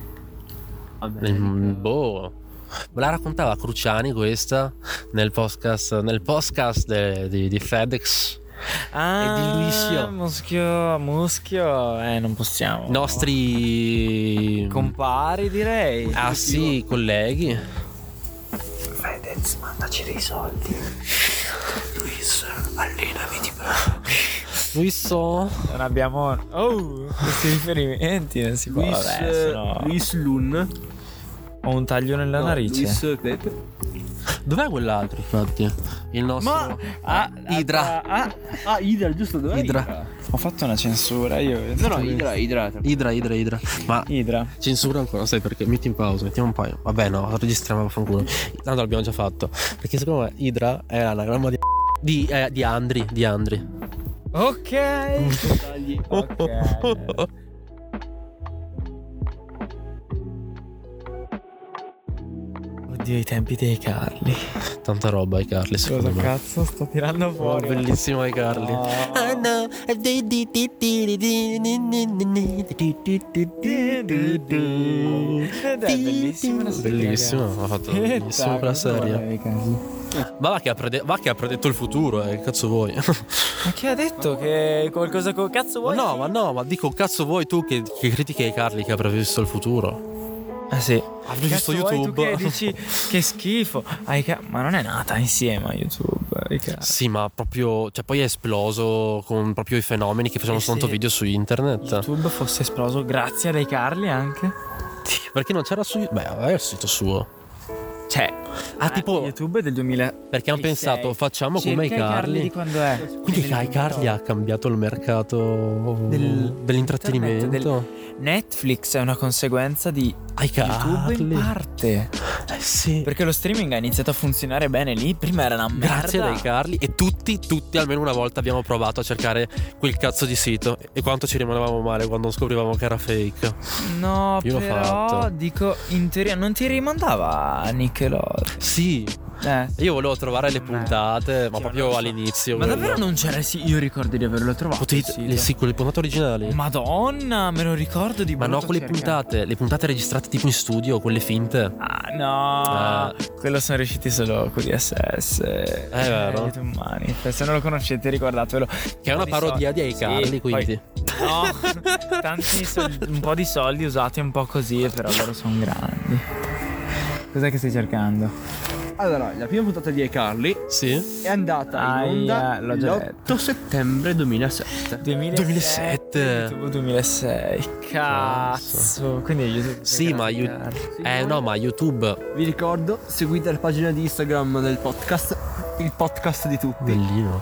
Nel- boh. Me la raccontava Cruciani questa nel podcast, nel podcast de- di, di FedEx. Ah, È di Luisio. Muschio, muschio. Eh, non possiamo. Nostri. Compari, direi. Ah sì, colleghi. Fedez, mandaci dei soldi. Luis, allenami di bravo. Luis so. Non abbiamo. Oh, questi riferimenti non si può. Luis, Vabbè, sennò- Luis Lun. Ho un taglio nella No, narice. Luis Pepe. Dov'è quell'altro, infatti? Il nostro. Ma ah, Idra. ah, Ah, Idra, giusto? Dov'è Idra. ho fatto una censura io. No, no, Idra, Idra. Idra, Idra, Idra. Ma Idra. censura ancora, sai perché? Metti in pausa, mettiamo un paio. Vabbè, no, registriamo fanculo. Tanto l'abbiamo già fatto. Perché secondo me Idra è l'anagramma di. Di, eh, di Andri. Di Andri. Ok. Ok. Oddio, i tempi dei Carli. Tanta roba ai Carli, secondo Cosa me. cazzo sto tirando Oh, fuori? bellissimo ai Carli. No. Ed è bellissima la serie, Bellissimo, ragazzi. ha fatto Che bellissimo per la tacco, serie. guarda i Carli. Ma va che ha, prede- va che ha predetto il futuro, eh, che cazzo vuoi? Ma chi ha detto che qualcosa con cazzo Ma vuoi? no, ma no, ma dico, cazzo vuoi tu che, che critichi ai Carli che ha previsto il futuro? Ah sì. Avrei visto Cazzo vuoi YouTube. tu che dici che schifo. Ah, i ca- ma non è nata insieme a YouTube. i Carli. Sì, ma proprio, cioè poi è esploso con proprio i fenomeni che facevano E soltanto se video su internet. YouTube fosse esploso grazie a dei Carli anche. Perché non c'era su. Beh, aveva il sito suo. Cioè, Ah, tipo- YouTube è del duemila. Perché hanno pensato, facciamo come i Cerca Carli. di quando è. Quindi ai Carli ha cambiato il mercato Del- dell'intrattenimento. internet, Netflix è una conseguenza di Ai YouTube in Carli. parte. Eh sì. Perché lo streaming ha iniziato a funzionare bene lì. Prima era una merda. Grazie dai Carli. E tutti, tutti almeno una volta abbiamo provato a cercare quel cazzo di sito. E quanto ci rimanevamo male quando scoprivamo che era fake. No, Io l'ho però fatto. dico in teoria non ti rimandava a Nickelodeon. Sì. Eh. Io volevo trovare le Beh. puntate, ma Sì, proprio non lo so. all'inizio. Ma quello. davvero non c'era il sito? Io ricordo di averlo trovato. Potevi- il sito. le, sì, con le puntate originali. Madonna, me lo ricordo di Ma no, brutto quelle cercare. puntate, le puntate registrate tipo in studio, quelle finte. Ah, no. Eh. Quello sono riusciti solo con D S S. È vero. YouTube Manifest. Se non lo conoscete, ricordatevelo. Che è una parodia di Ai Carli, quindi. No, tanti soldi, un po' di soldi usati un po' così, però loro sono grandi. Cos'è che stai cercando? Allora, la prima puntata di iCarly Sì? è andata Ah, in onda yeah, l'ho già l'otto settembre duemilasette. duemilasette. duemilasette. YouTube duemilasei. Cazzo. Quindi YouTube. Sì, ma io- Eh no, ma YouTube. Vi ricordo, seguite la pagina di Instagram del podcast, il podcast di tutti. Bellino.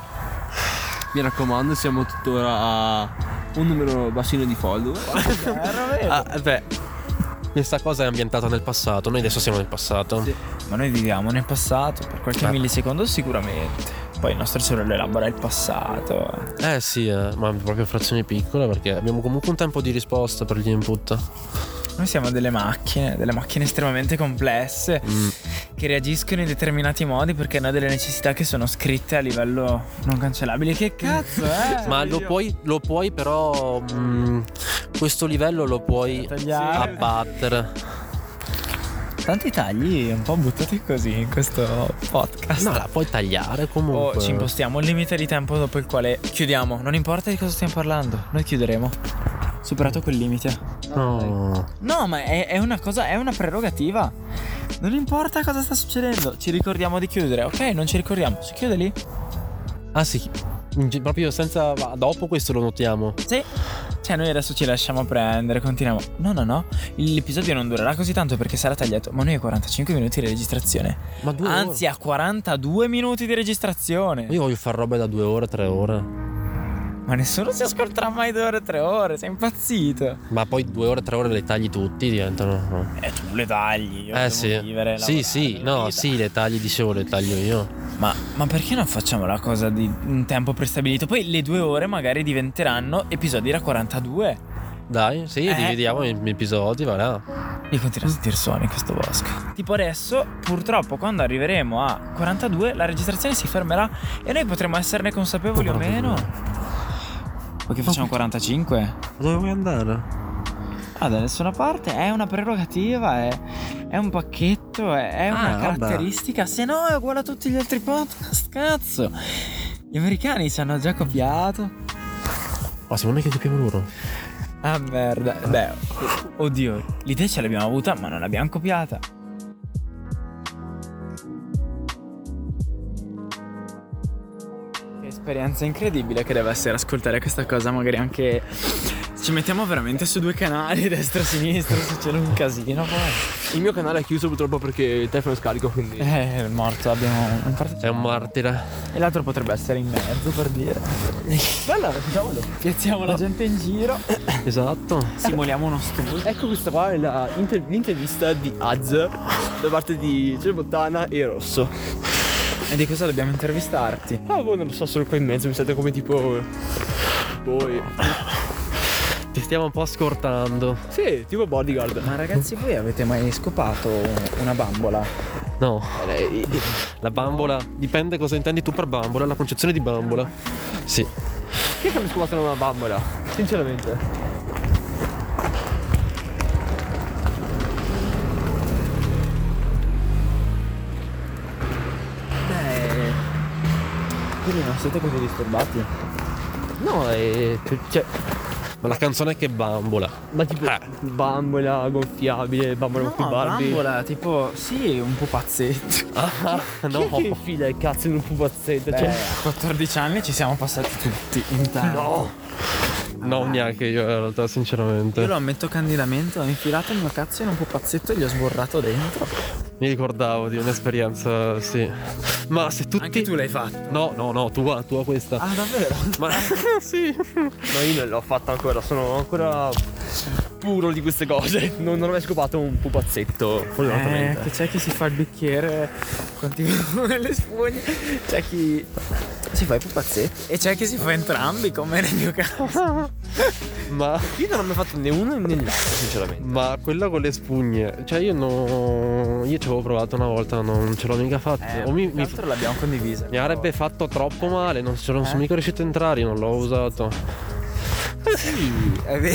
Mi raccomando, siamo tuttora a un numero bassino di follower. Ah, beh. Questa cosa è ambientata nel passato. Noi adesso siamo nel passato. Sì. Ma noi viviamo nel passato per qualche Eh. millisecondo sicuramente. Poi il nostro cervello elabora il passato. Eh sì, eh, ma proprio frazioni piccole perché abbiamo comunque un tempo di risposta per gli input. Noi siamo delle macchine, delle macchine estremamente complesse Mm. che reagiscono in determinati modi perché hanno delle necessità che sono scritte a livello non cancellabile. Che cazzo è? Ma lo puoi, lo puoi però. mm, questo livello lo puoi Tagliare. abbattere. Tanti tagli un po' buttati così in questo podcast. No, la puoi tagliare comunque. O ci impostiamo un limite di tempo dopo il quale chiudiamo. Non importa di cosa stiamo parlando, noi chiuderemo. Superato quel limite. No. No, ma è, è una cosa, è una prerogativa. Non importa cosa sta succedendo, ci ricordiamo di chiudere. Ok, non ci ricordiamo, si chiude lì. Ah sì, proprio senza... dopo questo lo notiamo. Sì. Cioè noi adesso ci lasciamo prendere, continuiamo. No, no, no, l'episodio non durerà così tanto perché sarà tagliato. Ma noi a quarantacinque minuti di registrazione. Ma due Anzi, ore. a quarantadue minuti di registrazione. Io voglio fare robe da due ore, tre ore. Ma nessuno si ascolterà mai due ore, tre ore, sei impazzito. Ma poi due ore, tre ore le tagli tutti, diventano... no. E tu le tagli, io Eh devo sì, vivere, sì, lavorare, sì, la no, vita. sì, le tagli, dicevo, le taglio io. Ma, ma perché non facciamo la cosa di un tempo prestabilito? Poi le due ore magari diventeranno episodi da quarantadue. Dai, sì, Eh. dividiamo in episodi, va là. Io continuo a sentire suoni in questo bosco. Tipo adesso, purtroppo, quando arriveremo a quarantadue, la registrazione si fermerà e noi potremo esserne consapevoli o meno. O che facciamo quarantacinque? Dove vuoi andare? Ah, da nessuna parte. È una prerogativa, è, è un pacchetto, è, è una Ah, vabbè. caratteristica. Se no è uguale a tutti gli altri podcast, cazzo. Gli americani ci hanno già copiato. Ma secondo me che capiamo loro. Ah, merda. Beh, oddio, l'idea ce l'abbiamo avuta, ma non l'abbiamo copiata. Che esperienza incredibile che deve essere ascoltare questa cosa, magari anche ci mettiamo veramente su due canali, destra e sinistra, succede un casino poi. Il mio canale è chiuso purtroppo perché il telefono è scarico, quindi... Eh, è morto, abbiamo un È un martire. E l'altro potrebbe essere in mezzo, per dire. Bella, diciamolo. Piazziamo la gente in giro, Esatto. simuliamo uno studio. Ecco, questa qua è la inter- l'intervista di Az da parte di Cerbottana e Rosso. E di cosa dobbiamo intervistarti? Ah, boh, non lo so, sono qua in mezzo, mi state come tipo... Poi... Ti stiamo un po' scortando. Sì, tipo bodyguard. Ma ragazzi, voi avete mai scopato una bambola? No, Eh, la bambola. Dipende cosa intendi tu per bambola, la concezione di bambola. Sì. Chi è che mi ha scovato una bambola? Sinceramente. Beh, quindi non siete così disturbati? No, è... cioè... Ma la canzone che bambola. Ma tipo Eh. bambola gonfiabile, bambola con No, cui Barbie. bambola, tipo, sì, un pupazzetto. Ah, Chi è che infila il cazzo in un pupazzetto? Beh, Cioè... a quattordici anni ci siamo passati tutti in tanto. No. No, neanche io in realtà, sinceramente. Io lo ammetto candidamente, ho infilato il mio cazzo in un pupazzetto e gli ho sborrato dentro. Mi ricordavo di un'esperienza, sì. Ma se tutti... Anche tu l'hai fatto. No, no, no, tua, tua questa. Ah, davvero? Ma sì. No, io non l'ho fatta ancora, sono ancora puro di queste cose. Non, non ho mai scopato un pupazzetto, Eh, fortunatamente. che c'è chi si fa il bicchiere continua nelle spugne, c'è chi si fa i pupazzetti e c'è chi si fa entrambi, come nel mio caso. Ma... Io non ho mai fatto né uno né l'altro, sinceramente. Ma quella con le spugne. Cioè io no... Io ci avevo provato una volta, non ce l'ho mica fatto. Eh, o mi, più che mi, altro l'abbiamo condivisa. mi avrebbe fatto troppo male, non, ce- non sono Eh? mica riuscito a entrare, non l'ho usato. Sì, è vero.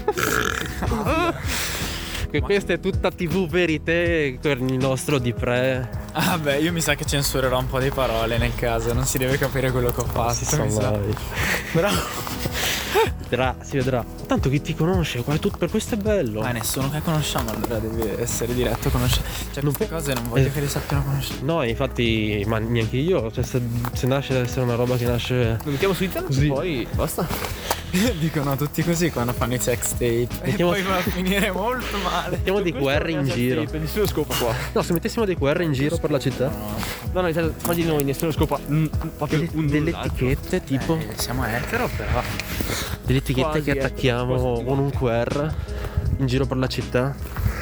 Che questa è tutta tivù verité per il nostro di pre. Ah beh, io mi sa che censurerò un po' di parole nel caso, non si deve capire quello che ho fatto. Si sa mi sa. mai. Però Vedrà, si vedrà. Tanto chi ti conosce, qua è tutto, per questo è bello. ma nessuno che conosciamo allora deve essere diretto conoscere. Cioè Non queste può- cose non voglio eh. che le sappiano conoscere. No, infatti, ma neanche io. Cioè, se, se nasce da essere una roba che nasce. Lo mettiamo su internet Così. e poi basta. Dicono tutti così quando fanno i sex tape. Mettiamo- E poi va a finire molto male. Mettiamo dei Q R in giro. Nessuno scopa qua. No, se mettessimo dei Q R in giro per la città. No, no, in senso, ma di noi nessuno scopa. Mm, proprio Delle, un delle null'altro. etichette tipo. Eh, siamo etero però. Delle etichette Quasi che etero, attacchiamo quasi. con un Q R in giro per la città.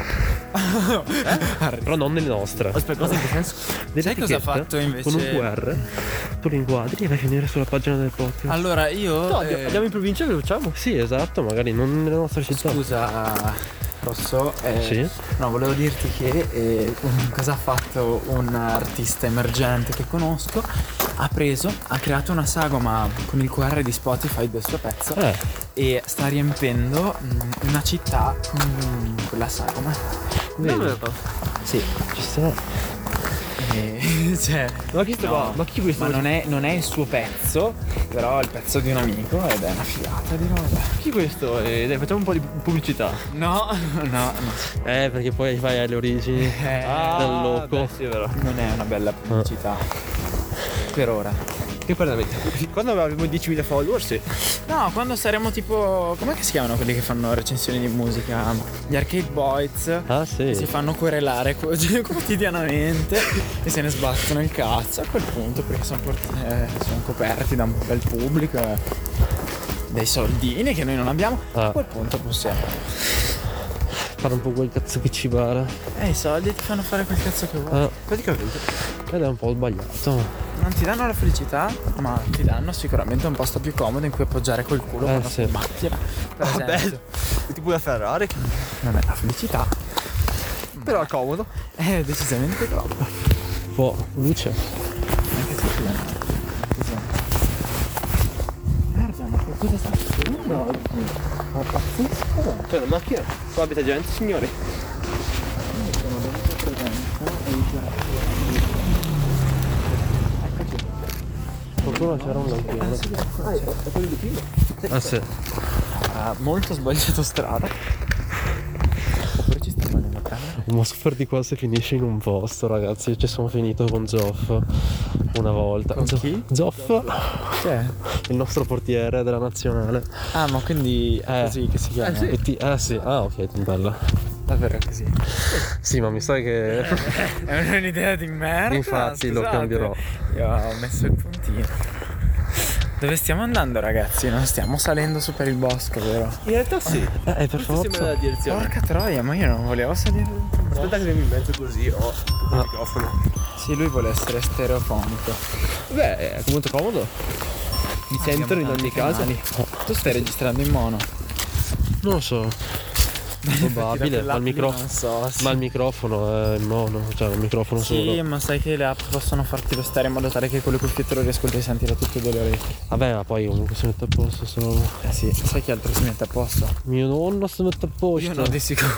Però non nelle nostre. Aspetta, cosa in che senso? Delle Sai cosa ha etichette fatto invece? con un Q R. Tu lo inquadri e vai a finire sulla pagina del podcast. Allora io No, eh, andiamo in provincia e lo facciamo. Sì, esatto, magari non nelle nostre città. Scusa Rosso, eh, Sì. no, volevo dirti che eh, un- cosa ha fatto un artista emergente che conosco. Ha preso, ha creato una sagoma con il Q R di Spotify del suo pezzo Eh, e sta riempendo mm, una città con quella sagoma. vedi? Davvero? Sì. Ci sta. E, cioè, Ma chi sto no, qua? Ma chi questo? ma non è, non è il suo pezzo, però è il pezzo di un amico ed è una figata di roba. Chi questo? Eh, dai, facciamo un po' di pubblicità. No, no, no. Eh, perché poi vai alle origini Eh, del loco. beh, sì, è vero. non è una bella pubblicità. Per ora. Che parlamento? Quando avevamo diecimila follower, sì. No, quando saremo tipo. Com'è che si chiamano quelli che fanno recensioni di musica? Gli Arcade Boys. Ah, sì. Che si fanno querelare co- quotidianamente e se ne sbattono il cazzo a quel punto perché sono, port- eh, sono coperti da un bel pubblico e dei soldini che noi non abbiamo. Ah. A quel punto possiamo. Fare un po' quel cazzo che ci pare. Eh, i soldi ti fanno fare quel cazzo che vuoi. Ah, Praticamente. ed è un po' sbagliato. Non ti danno la felicità, ma ti danno sicuramente un posto più comodo in cui appoggiare quel culo Eh, quando sì. sei in macchina. Per Vabbè. esempio. Tipo la Ferrari. Non è la felicità, Però è comodo. è decisamente troppo. Un po' luce. Anche se ti danno. Così. Guarda, ma che cosa sta succedendo oggi? Ma pazzesco! C'è una macchina. Qua abita gente, signori. Sono venuto presenza e i Qualcuno c'era un lampione. Ah, è quello di prima. Ah, sì. ha molto sbagliato strada. Oppure ci sta venendo a prendere. Ma super di qua si finisce in un posto, ragazzi. Ci sono finito con Zoff una volta. Con Zo- chi? Zoff, Cioè. il nostro portiere della nazionale. Ah, ma quindi è Eh. così che si chiama? sì. E ti- ah, sì. Ah, ok, bella. Davvero così. Sì, ma mi sa che. È un'idea di merda. Infatti, lo scusate. cambierò. Io ho messo il puntino. Dove stiamo andando, ragazzi? Non stiamo salendo su per il bosco, vero? In realtà sì. Eh, per Forse sembra la forza. direzione. Porca troia, ma io non volevo salire. Aspetta che andiamo in mezzo così ho il microfono. Sì, lui vuole essere stereofonico. Beh, è molto comodo. Mi sentono in ogni caso. Tu stai registrando in mono. Non lo so. Probabile, ma il, micro- Non so. Sì. ma il microfono è in mono, cioè il microfono Sì, solo. ma sai che le app possono farti lo stare in modo tale che con le cuffiette lo riascolti e senti da tutte e due le orecchie. Vabbè, ma poi comunque si mette a posto solo. Eh sì, sai che altro si mette a posto? Mio nonno si mette a posto. Io no, di sicuro.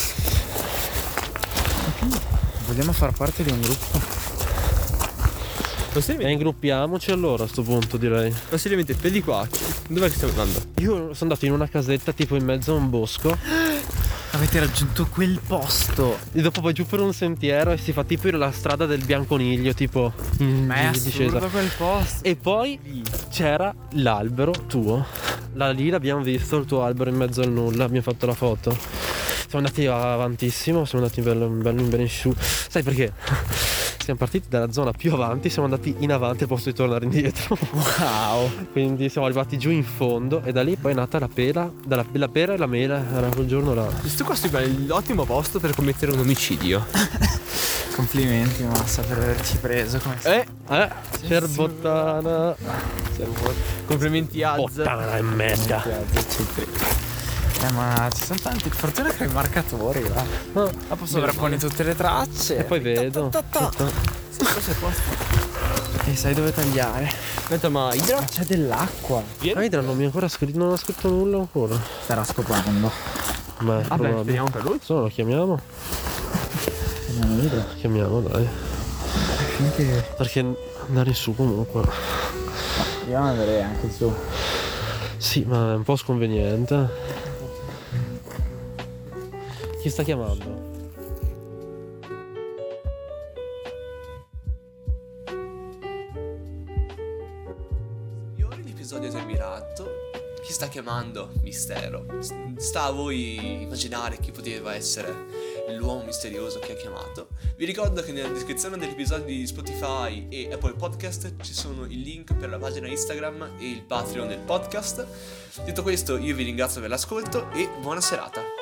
Vogliamo far parte di un gruppo? Possibilmente, E ingruppiamoci allora a sto punto, direi. possibilmente per di qua. Dov'è che stiamo andando? Io sono andato in una casetta tipo in mezzo a un bosco Avete raggiunto quel posto. e dopo poi giù per un sentiero e si fa tipo la strada del bianconiglio, tipo in Ma è in discesa. assurdo quel posto. E poi c'era l'albero tuo. Là lì l'abbiamo visto, il tuo albero in mezzo al nulla, abbiamo fatto la foto. Siamo andati avantissimo, siamo andati bello, bello in bene in su. Sai perché? Siamo partiti dalla zona più avanti, siamo andati in avanti al posto di tornare indietro. Wow. Quindi siamo arrivati giù in fondo e da lì poi è nata la pera, dalla la pera e la mela, era quel giorno là. Questo qua sembra l'ottimo posto per commettere un omicidio. Complimenti, Massa, per averci preso come Eh? Eh, cerbottana. Complimenti a Z. Bottana e merda. Eh, ma ci sono tanti. Fortuna che ho i marcatori, va. Ah, Dopo sovrapponi tutte le tracce. e poi vedo. Ta, ta, ta, ta. Sì, questo è posto. E sai dove tagliare. Aspetta, ma Idra? Ma c'è dell'acqua. Ah, Idra non mi ha ancora scritto, non ha scritto nulla ancora. Starà scopando. Ma è Vabbè, probabile. speriamo per lui. Se no lo chiamiamo. Non vedo. Chiamiamo, dai. Finché. Perché andare su comunque. Io andrei anche su. Sì, ma è un po' sconveniente. Chi sta chiamando? Signori, l'episodio è terminato. Chi sta chiamando? Mistero. S- Sta a voi immaginare chi poteva essere l'uomo misterioso che ha chiamato. Vi ricordo che nella descrizione dell'episodio di Spotify e Apple Podcast ci sono i link per la pagina Instagram e il Patreon del podcast. Detto questo, io vi ringrazio per l'ascolto e buona serata.